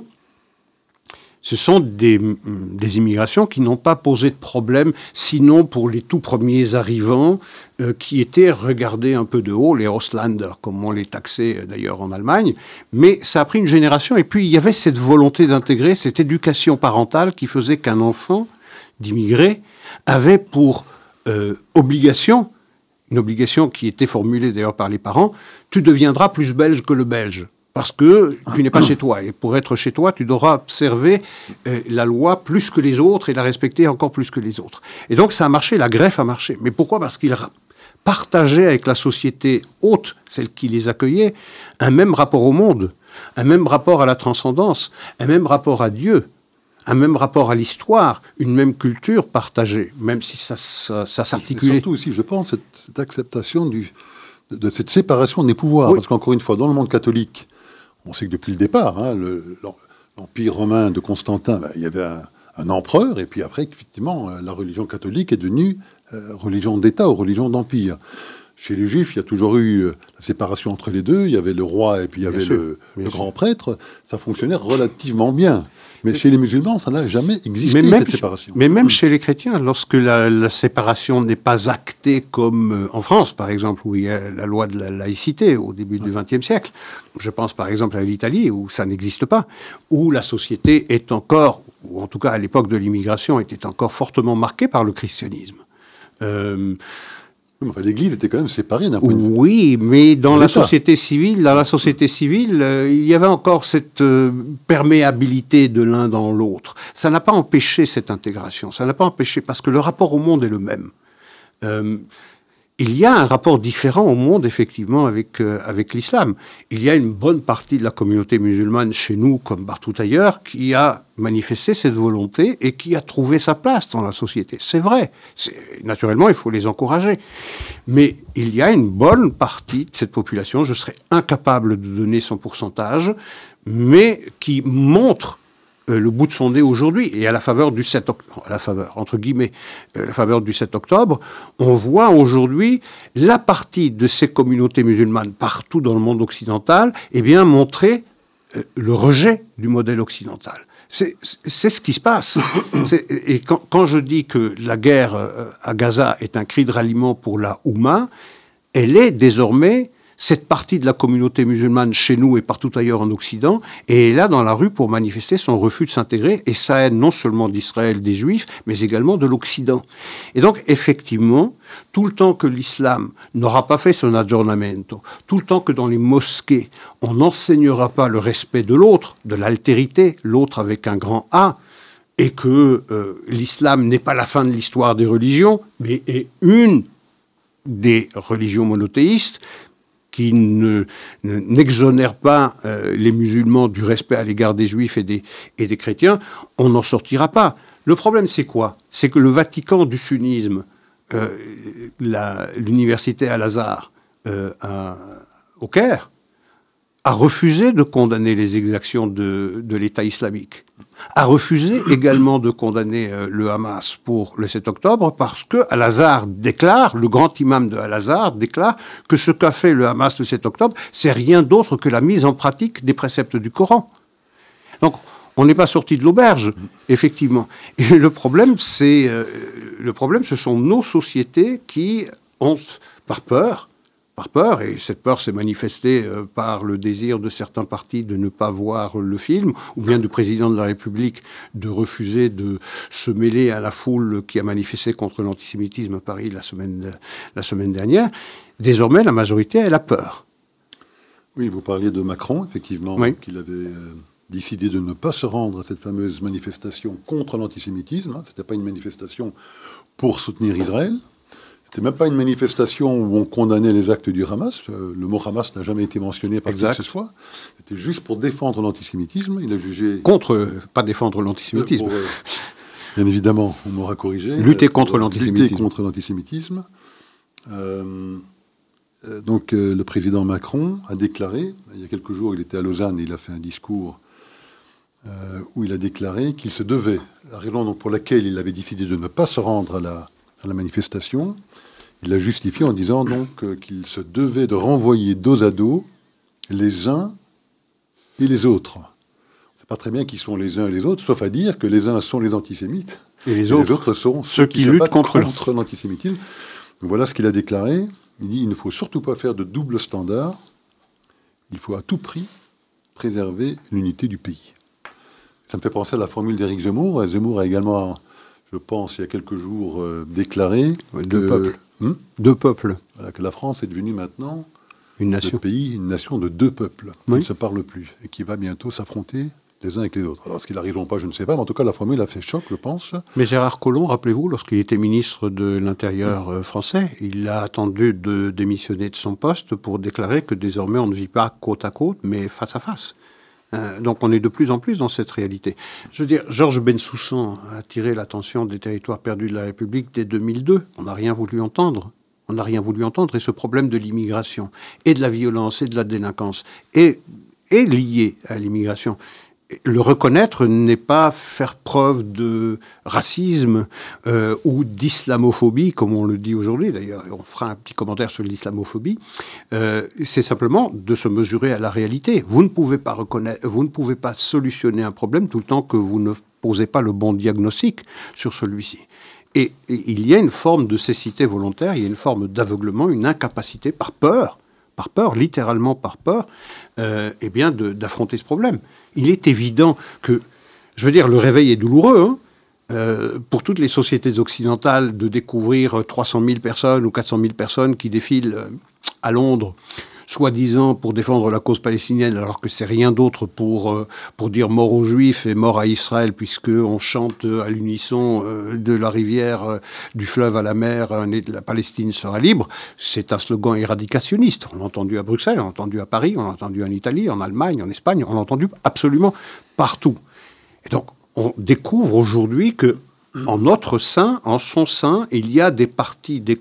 ce sont des immigrations qui n'ont pas posé de problème, sinon pour les tout premiers arrivants qui étaient regardés un peu de haut, les Ausländer, comme on les taxait d'ailleurs en Allemagne. Mais ça a pris une génération. Et puis, il y avait cette volonté d'intégrer, cette éducation parentale qui faisait qu'un enfant d'immigré avait pour obligation, une obligation qui était formulée d'ailleurs par les parents, « Tu deviendras plus belge que le belge ». Parce que tu n'es pas chez toi. Et pour être chez toi, tu devras observer la loi plus que les autres et la respecter encore plus que les autres. Et donc, ça a marché, la greffe a marché. Mais pourquoi? Parce qu'ils partageaient avec la société haute, celle qui les accueillait, un même rapport au monde, un même rapport à la transcendance, un même rapport à Dieu, un même rapport à l'histoire, une même culture partagée, même si ça s'articulait. Surtout aussi, je pense, cette acceptation de cette séparation des pouvoirs. Oui. Parce qu'encore une fois, dans le monde catholique, on sait que depuis le départ, l'Empire romain de Constantin, il y avait un empereur, et puis après, effectivement, la religion catholique est devenue religion d'État ou religion d'empire. Chez les Juifs, il y a toujours eu la séparation entre les deux. Il y avait le roi et puis il y avait le grand prêtre. Ça fonctionnait relativement bien. Mais chez les musulmans, ça n'a jamais existé, cette séparation. Mais même chez les chrétiens, lorsque la séparation n'est pas actée comme en France, par exemple, où il y a la loi de la laïcité au début du XXe siècle, je pense par exemple à l'Italie, où ça n'existe pas, où la société est encore, ou en tout cas à l'époque de l'immigration, était encore fortement marquée par le christianisme. L'Église était quand même séparée d'un point de vue. Oui, mais dans la société civile, il y avait encore cette perméabilité de l'un dans l'autre. Ça n'a pas empêché cette intégration. Ça n'a pas empêché, parce que le rapport au monde est le même. Il y a un rapport différent au monde, effectivement, avec l'islam. Il y a une bonne partie de la communauté musulmane chez nous, comme partout ailleurs, qui a manifesté cette volonté et qui a trouvé sa place dans la société. C'est vrai. Naturellement, il faut les encourager. Mais il y a une bonne partie de cette population, je serais incapable de donner son pourcentage, mais qui montre le bout de son nez aujourd'hui, et à la faveur du 7 octobre, la faveur du 7 octobre, on voit aujourd'hui la partie de ces communautés musulmanes partout dans le monde occidental, montrer le rejet du modèle occidental. C'est ce qui se passe. Et quand je dis que la guerre à Gaza est un cri de ralliement pour la Oumma, elle est désormais cette partie de la communauté musulmane chez nous et partout ailleurs en Occident, et est là dans la rue pour manifester son refus de s'intégrer, et sa haine non seulement d'Israël, des Juifs, mais également de l'Occident. Et donc, effectivement, tout le temps que l'islam n'aura pas fait son aggiornamento, tout le temps que dans les mosquées, on n'enseignera pas le respect de l'autre, de l'altérité, l'autre avec un grand A, et que l'islam n'est pas la fin de l'histoire des religions, mais est une des religions monothéistes, qui n'exonère pas les musulmans du respect à l'égard des juifs et des chrétiens, on n'en sortira pas. Le problème, c'est quoi? C'est que le Vatican du sunnisme, l'université Al-Azhar au Caire, a refusé de condamner les exactions de l'État islamique, a refusé également de condamner le Hamas pour le 7 octobre parce que Al-Azhar déclare, le grand imam de Al-Azhar déclare que ce qu'a fait le Hamas le 7 octobre, c'est rien d'autre que la mise en pratique des préceptes du Coran. Donc, on n'est pas sorti de l'auberge, effectivement. Et le problème, ce sont nos sociétés qui ont, par peur, Par peur, et cette peur s'est manifestée par le désir de certains partis de ne pas voir le film, ou bien du président de la République de refuser de se mêler à la foule qui a manifesté contre l'antisémitisme à Paris la semaine dernière. Désormais, la majorité, elle a peur. Oui, vous parliez de Macron, effectivement, oui. Qu'il avait décidé de ne pas se rendre à cette fameuse manifestation contre l'antisémitisme. Ce n'était pas une manifestation pour soutenir Israël. C'était même pas une manifestation où on condamnait les actes du Hamas. Le mot Hamas n'a jamais été mentionné par qui que ce soit. C'était juste pour défendre l'antisémitisme. Il a jugé... Pas défendre l'antisémitisme. Bien évidemment, on m'aura corrigé. Lutter contre l'antisémitisme. Lutter contre l'antisémitisme. Donc le président Macron a déclaré, il y a quelques jours, il était à Lausanne et il a fait un discours où il a déclaré qu'il se devait, la raison donc pour laquelle il avait décidé de ne pas se rendre à la manifestation, il l'a justifié en disant donc qu'il se devait de renvoyer dos à dos les uns et les autres. On ne sait pas très bien qui sont les uns et les autres, sauf à dire que les uns sont les antisémites et les autres sont ceux qui luttent contre l'antisémitisme. Donc voilà ce qu'il a déclaré. Il dit il ne faut surtout pas faire de double standard. Il faut à tout prix préserver l'unité du pays. Ça me fait penser à la formule d'Éric Zemmour. Zemmour a également, je pense, il y a quelques jours, déclaré deux peuples. Voilà, que la France est devenue maintenant une nation. Une nation de deux peuples qui oui. ne se parlent plus et qui va bientôt s'affronter les uns avec les autres. Alors, est-ce qu'il a raison ou pas, je ne sais pas, mais en tout cas, la formule a fait choc, je pense. Mais Gérard Collomb, rappelez-vous, lorsqu'il était ministre de l'Intérieur français, il a attendu de démissionner de son poste pour déclarer que désormais on ne vit pas côte à côte, mais face à face. Donc on est de plus en plus dans cette réalité. Je veux dire, Georges Bensoussan a attiré l'attention des territoires perdus de la République dès 2002. On n'a rien voulu entendre. On n'a rien voulu entendre. Et ce problème de l'immigration et de la violence et de la délinquance est lié à l'immigration. Le reconnaître n'est pas faire preuve de racisme ou d'islamophobie, comme on le dit aujourd'hui. D'ailleurs, on fera un petit commentaire sur l'islamophobie. C'est simplement de se mesurer à la réalité. Vous ne pouvez pas reconnaître, vous ne pouvez pas solutionner un problème tout le temps que vous ne posez pas le bon diagnostic sur celui-ci. Et il y a une forme de cécité volontaire, il y a une forme d'aveuglement, une incapacité par peur, littéralement par peur, d'affronter ce problème. Il est évident que, je veux dire, le réveil est douloureux, pour toutes les sociétés occidentales, de découvrir 300 000 personnes ou 400 000 personnes qui défilent à Londres, soi-disant pour défendre la cause palestinienne, alors que c'est rien d'autre pour dire mort aux Juifs et mort à Israël, puisqu'on chante à l'unisson de la rivière, du fleuve à la mer, la Palestine sera libre. C'est un slogan éradicationniste. On l'a entendu à Bruxelles, on l'a entendu à Paris, on l'a entendu en Italie, en Allemagne, en Espagne, on l'a entendu absolument partout. Et donc, on découvre aujourd'hui que en notre sein, en son sein, il y a une partie des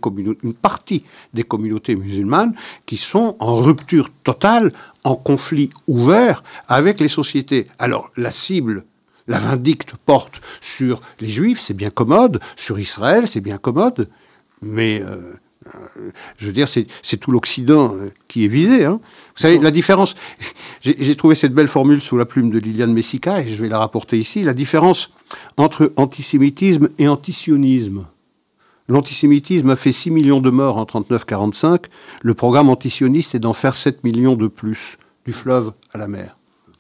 communautés musulmanes qui sont en rupture totale, en conflit ouvert avec les sociétés. Alors, la cible, la vindicte porte sur les Juifs, c'est bien commode, sur Israël, c'est bien commode, mais je veux dire, c'est tout l'Occident qui est visé. Hein. Vous savez, la différence... J'ai trouvé cette belle formule sous la plume de Liliane Messica, et je vais la rapporter ici. La différence entre antisémitisme et antisionisme. L'antisémitisme a fait 6 millions de morts en 1939-1945. Le programme antisioniste est d'en faire 7 millions de plus, du fleuve à la mer.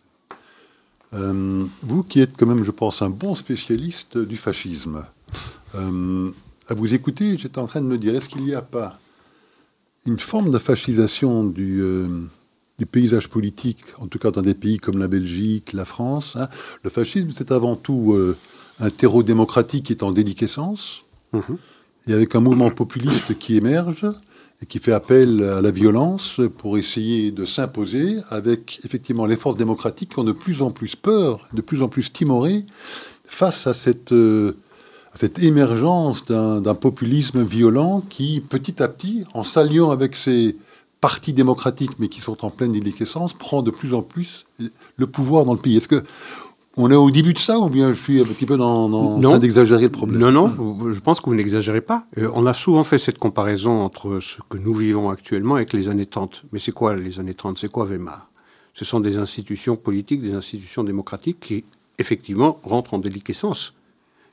Vous qui êtes quand même, je pense, un bon spécialiste du fascisme, à vous écouter, j'étais en train de me dire, est-ce qu'il n'y a pas une forme de fascisation du paysage politique, en tout cas dans des pays comme la Belgique, la France, hein. Le fascisme, c'est avant tout un terreau démocratique qui est en déliquescence, et avec un mouvement populiste qui émerge et qui fait appel à la violence pour essayer de s'imposer, avec effectivement les forces démocratiques qui ont de plus en plus peur, de plus en plus timorées face à cette émergence d'un populisme violent qui, petit à petit, en s'alliant avec ces partis démocratiques, mais qui sont en pleine déliquescence, prend de plus en plus le pouvoir dans le pays. Est-ce qu'on est au début de ça, ou bien je suis un petit peu en train d'exagérer le problème? Non, je pense que vous n'exagérez pas. On a souvent fait cette comparaison entre ce que nous vivons actuellement avec les années 30. Mais c'est quoi les années 30? C'est quoi Weimar? Ce sont des institutions politiques, des institutions démocratiques qui, effectivement, rentrent en déliquescence.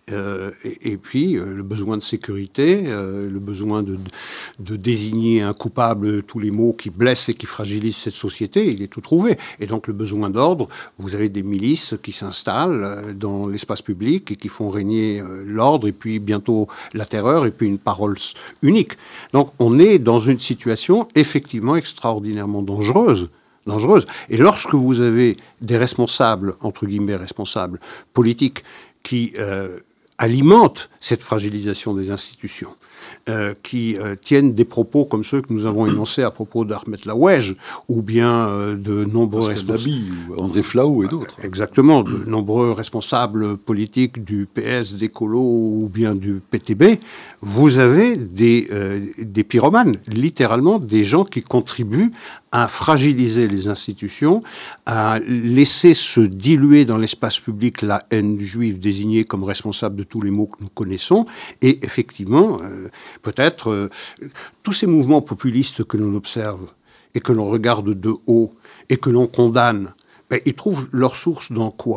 Et puis, le besoin de sécurité, le besoin de désigner un coupable, tous les mots qui blessent et qui fragilisent cette société, il est tout trouvé. Et donc, le besoin d'ordre, vous avez des milices qui s'installent dans l'espace public et qui font régner l'ordre, et puis bientôt la terreur, et puis une parole unique. Donc, on est dans une situation effectivement extraordinairement dangereuse. Et lorsque vous avez des responsables, entre guillemets responsables politiques, qui alimentent cette fragilisation des institutions, qui tiennent des propos comme ceux que nous avons énoncés à propos d'Ahmed Laouej, ou bien de nombreux responsables... André Flau et d'autres. Exactement, de nombreux responsables politiques du PS, d'Écolo ou bien du PTB, vous avez des pyromanes, littéralement des gens qui contribuent à fragiliser les institutions, à laisser se diluer dans l'espace public la haine juive désignée comme responsable de tous les maux que nous connaissons. Et effectivement, peut-être, tous ces mouvements populistes que l'on observe et que l'on regarde de haut et que l'on condamne, ils trouvent leur source dans quoi ?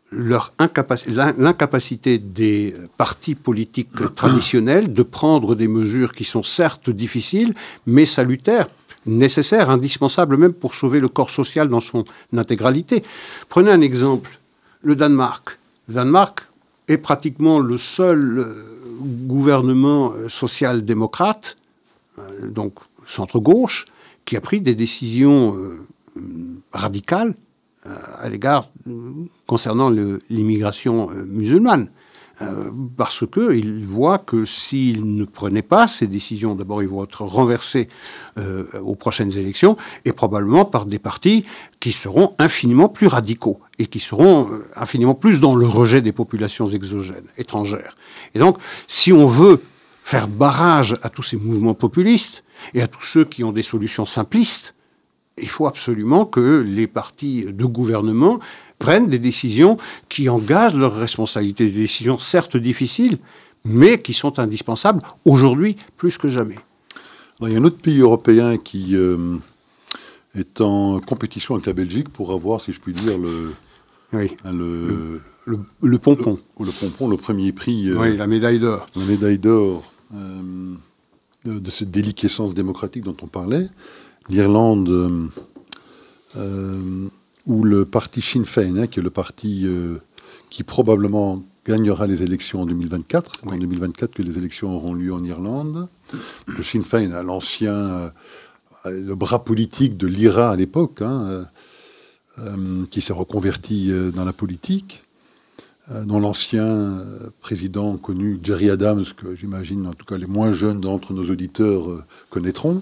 L'incapacité des partis politiques traditionnels de prendre des mesures qui sont certes difficiles, mais salutaires, nécessaire, indispensable même pour sauver le corps social dans son intégralité. Prenez un exemple, le Danemark. Le Danemark est pratiquement le seul gouvernement social-démocrate, donc centre-gauche, qui a pris des décisions radicales à l'égard concernant l'immigration musulmane. Parce qu'ils voient que s'ils ne prenaient pas ces décisions, d'abord ils vont être renversés aux prochaines élections, et probablement par des partis qui seront infiniment plus radicaux et qui seront infiniment plus dans le rejet des populations exogènes, étrangères. Et donc, si on veut faire barrage à tous ces mouvements populistes et à tous ceux qui ont des solutions simplistes, il faut absolument que les partis de gouvernement prennent des décisions qui engagent leurs responsabilités, des décisions certes difficiles, mais qui sont indispensables aujourd'hui plus que jamais. Alors, il y a un autre pays européen qui est en compétition avec la Belgique pour avoir, si je puis dire, le pompon. Le pompon, le premier prix. Oui, la médaille d'or. La médaille d'or de cette déliquescence démocratique dont on parlait. L'Irlande... où le parti Sinn Féin, qui est le parti qui probablement gagnera les élections en 2024. C'est en 2024 que les élections auront lieu en Irlande. Le Sinn Féin, le bras politique de l'IRA à l'époque, qui s'est reconverti dans la politique, dont l'ancien président connu, Gerry Adams, que j'imagine en tout cas les moins jeunes d'entre nos auditeurs connaîtront.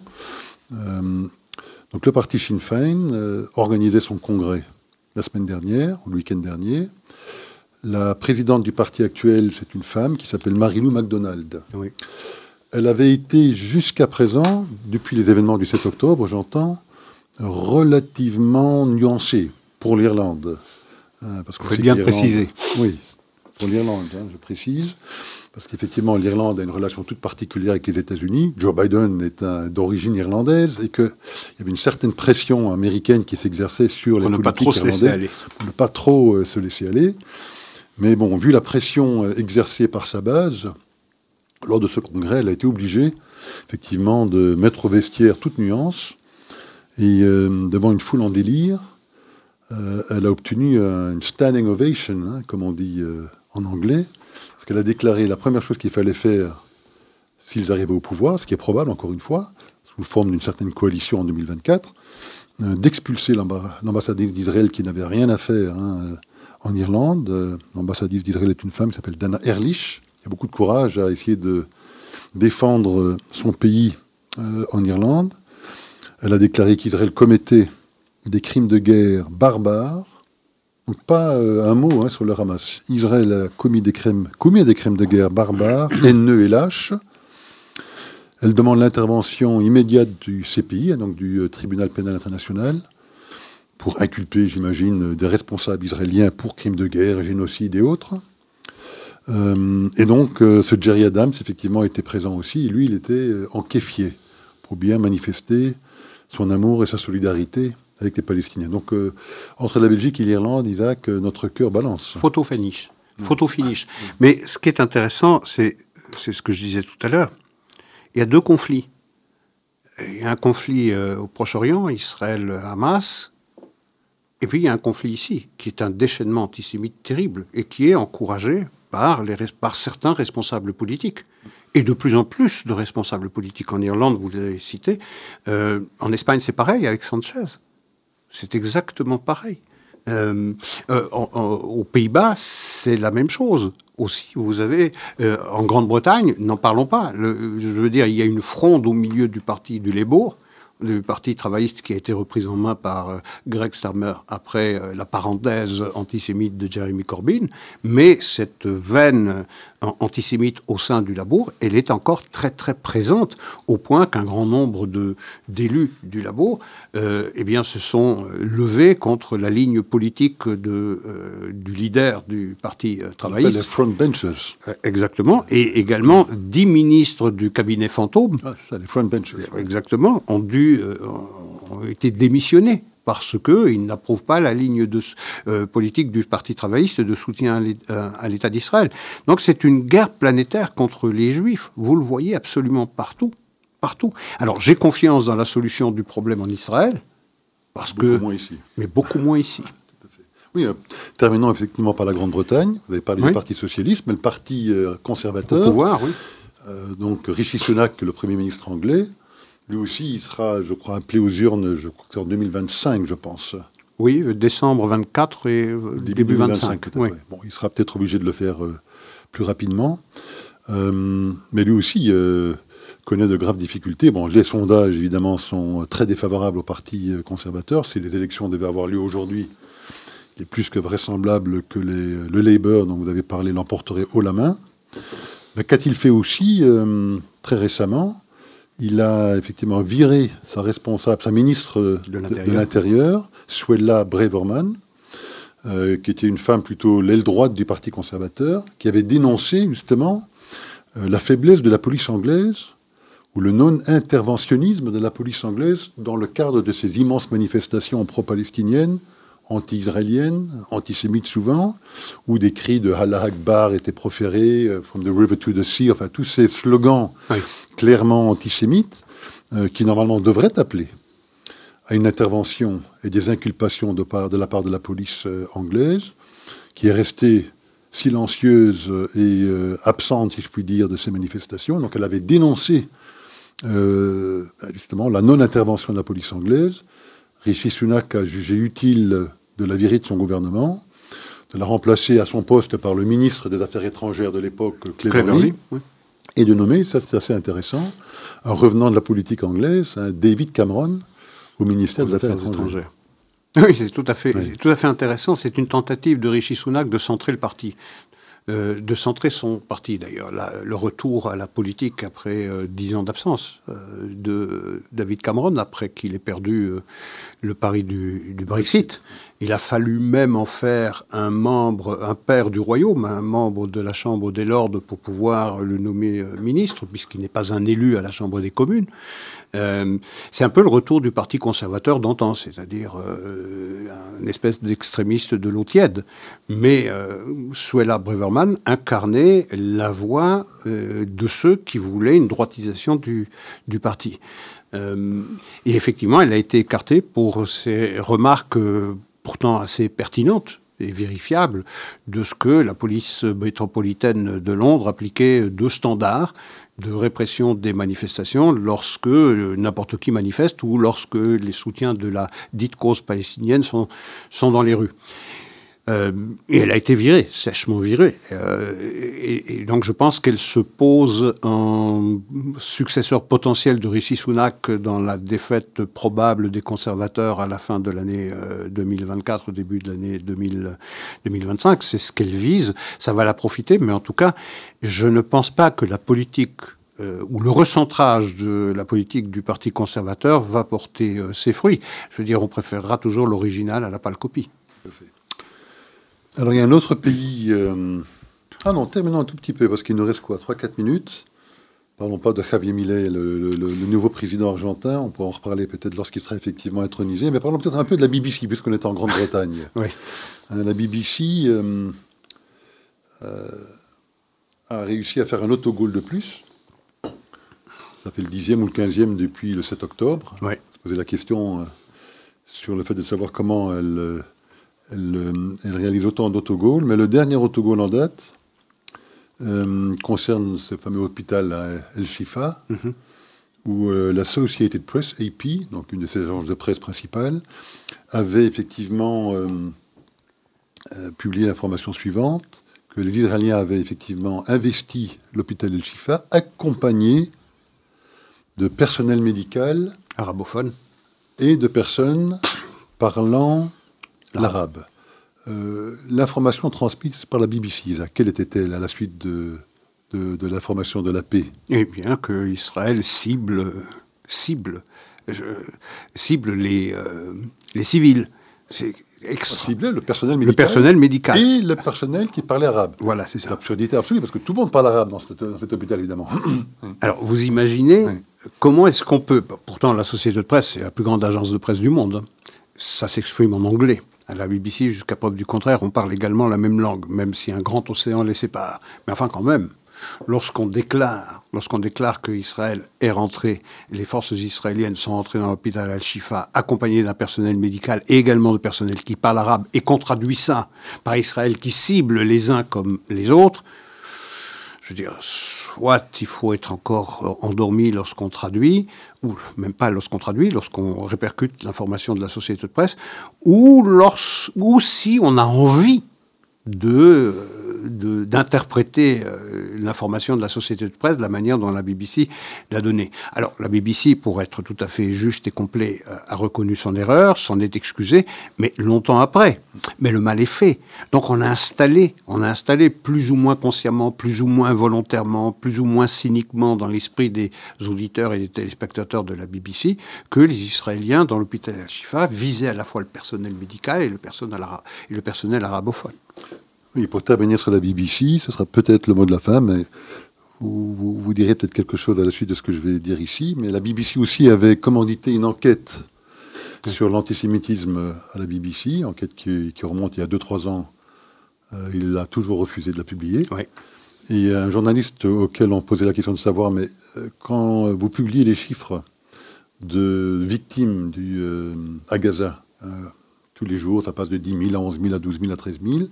Donc le parti Sinn Féin organisait son congrès la semaine dernière, ou le week-end dernier. La présidente du parti actuel, c'est une femme qui s'appelle Mary-Lou McDonald. Oui. Elle avait été jusqu'à présent, depuis les événements du 7 octobre, j'entends, relativement nuancée pour l'Irlande. Parce qu'on fait bien préciser. Oui, pour l'Irlande, je précise. Parce qu'effectivement, l'Irlande a une relation toute particulière avec les États-Unis. Joe Biden est d'origine irlandaise et qu'il y avait une certaine pression américaine qui s'exerçait sur les politiques irlandais. Pour ne pas trop se laisser aller. Mais bon, vu la pression exercée par sa base, lors de ce congrès, elle a été obligée, effectivement, de mettre au vestiaire toute nuance. Et devant une foule en délire, elle a obtenu une standing ovation, comme on dit en anglais. Parce qu'elle a déclaré la première chose qu'il fallait faire s'ils arrivaient au pouvoir, ce qui est probable, encore une fois, sous forme d'une certaine coalition en 2024, d'expulser l'ambassadrice d'Israël qui n'avait rien à faire en Irlande. L'ambassadrice d'Israël est une femme qui s'appelle Dana Ehrlich. Il y a beaucoup de courage à essayer de défendre son pays en Irlande. Elle a déclaré qu'Israël commettait des crimes de guerre barbares. Donc pas un mot sur le Hamas. Israël a commis des crimes de guerre barbares, haineux et lâches. Elle demande l'intervention immédiate du CPI, donc du Tribunal pénal international, pour inculper, j'imagine, des responsables israéliens pour crimes de guerre, génocide et autres. Et donc, ce Gerry Adams, effectivement, était présent aussi. Et lui, il était en kéfier pour bien manifester son amour et sa solidarité avec les Palestiniens. Donc, entre la Belgique et l'Irlande, Isaac, notre cœur balance. Photo finish. Photo finish. Mais ce qui est intéressant, c'est ce que je disais tout à l'heure. Il y a deux conflits. Il y a un conflit au Proche-Orient, Israël-Hamas, et puis il y a un conflit ici, qui est un déchaînement antisémite terrible, et qui est encouragé par certains responsables politiques. Et de plus en plus de responsables politiques. En Irlande, vous l'avez cité. En Espagne, c'est pareil avec Sanchez. C'est exactement pareil. Aux Pays-Bas, c'est la même chose. Aussi, vous avez, en Grande-Bretagne, n'en parlons pas. Je veux dire, il y a une fronde au milieu du parti du Labour, du parti travailliste qui a été repris en main par Greg Starmer après la parenthèse antisémite de Jeremy Corbyn. Mais cette veine antisémite au sein du Labour, elle est encore très très présente, au point qu'un grand nombre d'élus du Labour eh bien, se sont levés contre la ligne politique du leader du parti travailliste. Les frontbenchers. Exactement. Et également 10 ministres du cabinet fantôme. Ah, c'est ça, les frontbenchers. Exactement. Ont été démissionnés parce qu'ils n'approuvent pas la ligne politique du Parti travailliste de soutien à l'État d'Israël. Donc c'est une guerre planétaire contre les Juifs. Vous le voyez absolument partout. Partout. Alors j'ai confiance dans la solution du problème en Israël, beaucoup moins ici. Mais beaucoup moins ici. Tout à fait. Oui, terminons effectivement par la Grande-Bretagne. Vous avez parlé du Parti socialiste, mais le Parti conservateur. Au pouvoir, oui. Donc Rishi Sunak, le Premier ministre anglais, lui aussi, il sera, je crois, appelé aux urnes, je crois que c'est en 2025, je pense. Oui, décembre 24 et début 25. Oui. Bon, il sera peut-être obligé de le faire plus rapidement. Mais lui aussi connaît de graves difficultés. Bon, les sondages, évidemment, sont très défavorables au Parti conservateur. Si les élections devaient avoir lieu aujourd'hui, il est plus que vraisemblable que le Labour, dont vous avez parlé, l'emporterait haut la main. Mais qu'a-t-il fait aussi très récemment ? Il a effectivement viré sa ministre de l'Intérieur, Suella Braverman, qui était une femme plutôt l'aile droite du Parti conservateur, qui avait dénoncé justement la faiblesse de la police anglaise ou le non-interventionnisme de la police anglaise dans le cadre de ces immenses manifestations pro-palestiniennes, anti-israéliennes, antisémites souvent, où des cris de Allah Akbar étaient proférés, from the river to the sea, enfin tous ces slogans clairement antisémites, qui normalement devraient appeler à une intervention et des inculpations de la part de la police anglaise, qui est restée silencieuse et absente, si je puis dire, de ces manifestations. Donc elle avait dénoncé justement la non-intervention de la police anglaise. Rishi Sunak a jugé utile de la virer de son gouvernement, de la remplacer à son poste par le ministre des Affaires étrangères de l'époque, Cleverly, oui. Et de nommer, ça c'est assez intéressant, un revenant de la politique anglaise, David Cameron, au ministère des Affaires étrangères. Oui, c'est tout à fait intéressant. C'est une tentative de Rishi Sunak de centrer le parti. De centrer son parti, d'ailleurs. Le retour à la politique après 10 ans d'absence de David Cameron, après qu'il ait perdu le pari du Brexit. Il a fallu même en faire un pair du royaume, un membre de la Chambre des Lords pour pouvoir le nommer ministre, puisqu'il n'est pas un élu à la Chambre des communes. C'est un peu le retour du Parti conservateur d'antan, c'est-à-dire une espèce d'extrémiste de l'eau tiède. Mais Suella Braverman incarnait la voix de ceux qui voulaient une droitisation du parti. Et effectivement, elle a été écartée pour ses remarques pourtant assez pertinentes et vérifiables de ce que la police métropolitaine de Londres appliquait deux standards de répression des manifestations lorsque n'importe qui manifeste ou lorsque les soutiens de la dite cause palestinienne sont dans les rues. Et elle a été virée, sèchement virée. Et donc je pense qu'elle se pose en successeur potentiel de Rishi Sunak dans la défaite probable des conservateurs à la fin de l'année 2024, au début de l'année 2025. C'est ce qu'elle vise. Ça va la profiter, mais en tout cas, je ne pense pas que la politique ou le recentrage de la politique du Parti conservateur va porter ses fruits. Je veux dire, on préférera toujours l'original à la pâle copie. Alors, il y a un autre pays... Ah non, terminons un tout petit peu, parce qu'il nous reste quoi, 3-4 minutes. Parlons pas de Javier Milei, le nouveau président argentin. On pourra en reparler peut-être lorsqu'il sera effectivement intronisé. Mais parlons peut-être un peu de la BBC, puisqu'on est en Grande-Bretagne. Oui. La BBC a réussi à faire un autogol de plus. Ça fait le 10e ou le 15e depuis le 7 octobre. Ouais. On se posait la question sur le fait de savoir comment elle réalise autant d'autogols. Mais le dernier autogol en date concerne ce fameux hôpital à El Shifa, où l'Associated Press, AP, donc une de ses agences de presse principales, avait effectivement publié l'information suivante, que les Israéliens avaient effectivement investi l'hôpital El Shifa, accompagné de personnel médical arabophone et de personnes parlant l'arabe. L'information transmise par la BBC, quelle était-elle à la suite de l'information de la paix? Eh bien, que Israël cible les civils. C'est ciblait le personnel médical. Le personnel médical. Et le personnel qui parlait arabe. Voilà, c'est ça. C'est l'absurdité absolue, parce que tout le monde parle arabe dans cet hôpital, évidemment. Alors, vous imaginez comment est-ce qu'on peut... Pourtant, la société de presse, c'est la plus grande agence de presse du monde. Ça s'exprime en anglais. À la BBC, jusqu'à preuve du contraire, on parle également la même langue, même si un grand océan les sépare. Mais enfin, quand même, lorsqu'on déclare que Israël est rentré, les forces israéliennes sont rentrées dans l'hôpital Al-Shifa, accompagnées d'un personnel médical et également de personnel qui parle arabe, et qu'on traduit ça par Israël qui cible les uns comme les autres, je veux dire, soit il faut être encore endormi lorsqu'on traduit, ou même pas lorsqu'on traduit, lorsqu'on répercute l'information de la société de presse, ou si on a envie d'interpréter l'information de la société de presse de la manière dont la BBC l'a donnée. Alors, la BBC, pour être tout à fait juste et complet, a reconnu son erreur, s'en est excusée, mais longtemps après. Mais le mal est fait. Donc, on a installé plus ou moins consciemment, plus ou moins volontairement, plus ou moins cyniquement dans l'esprit des auditeurs et des téléspectateurs de la BBC que les Israéliens, dans l'hôpital Al-Shifa, visaient à la fois le personnel médical et le personnel arabophone. Oui, pour terminer sur la BBC, ce sera peut-être le mot de la fin, mais vous direz peut-être quelque chose à la suite de ce que je vais dire ici. Mais la BBC aussi avait commandité une enquête sur l'antisémitisme à la BBC, enquête qui remonte il y a 2-3 ans. Il a toujours refusé de la publier. Oui. Et un journaliste auquel on posait la question de savoir, mais quand vous publiez les chiffres de victimes à Gaza, tous les jours, ça passe de 10 000 à 11 000, à 12 000, à 13 000,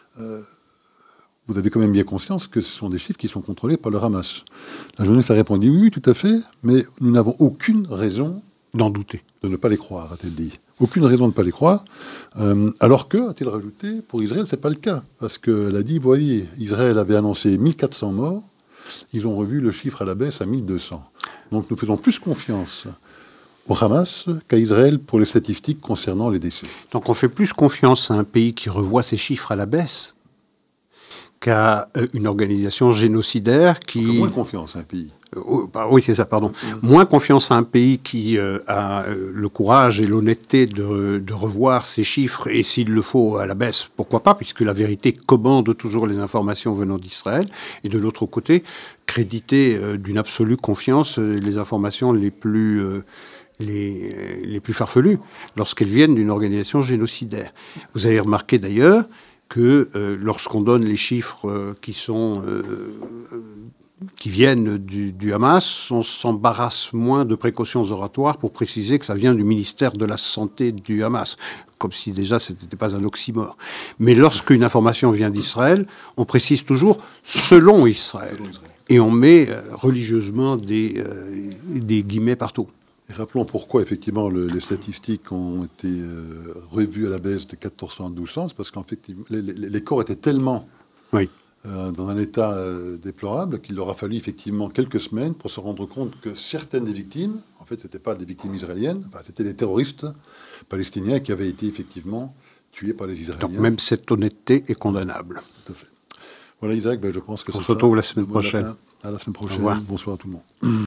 vous avez quand même bien conscience que ce sont des chiffres qui sont contrôlés par le Hamas. La journaliste a répondu oui, tout à fait, mais nous n'avons aucune raison d'en douter, de ne pas les croire, a-t-elle dit. Aucune raison de ne pas les croire, alors que, a-t-elle rajouté, pour Israël, c'est pas le cas, parce qu'elle a dit, voyez, Israël avait annoncé 1400 morts, ils ont revu le chiffre à la baisse à 1200. Donc nous faisons plus confiance au Hamas qu'à Israël pour les statistiques concernant les décès. Donc on fait plus confiance à un pays qui revoit ses chiffres à la baisse qu'à une organisation génocidaire qui... On fait moins confiance à un pays. Oui, c'est ça, pardon. Moins confiance à un pays qui a le courage et l'honnêteté de revoir ses chiffres, et s'il le faut, à la baisse, pourquoi pas, puisque la vérité commande toujours les informations venant d'Israël, et de l'autre côté, créditer d'une absolue confiance les informations les plus farfelues, lorsqu'elles viennent d'une organisation génocidaire. Vous avez remarqué d'ailleurs que lorsqu'on donne les chiffres qui viennent du Hamas, on s'embarrasse moins de précautions oratoires pour préciser que ça vient du ministère de la Santé du Hamas, comme si déjà ce n'était pas un oxymore. Mais lorsqu'une information vient d'Israël, on précise toujours « selon Israël ». Et on met religieusement des guillemets partout. Et rappelons pourquoi, effectivement, les statistiques ont été revues à la baisse de 1400 à 1200. C'est parce qu'en fait, les corps étaient tellement dans un état déplorable qu'il leur a fallu, effectivement, quelques semaines pour se rendre compte que certaines des victimes, en fait, ce n'étaient pas des victimes israéliennes, c'était des terroristes palestiniens qui avaient été, effectivement, tués par les Israéliens. Donc même cette honnêteté est condamnable. Tout à fait. Voilà, Isaac, je pense que on se retrouve la semaine prochaine. À la semaine prochaine. Bonsoir à tout le monde.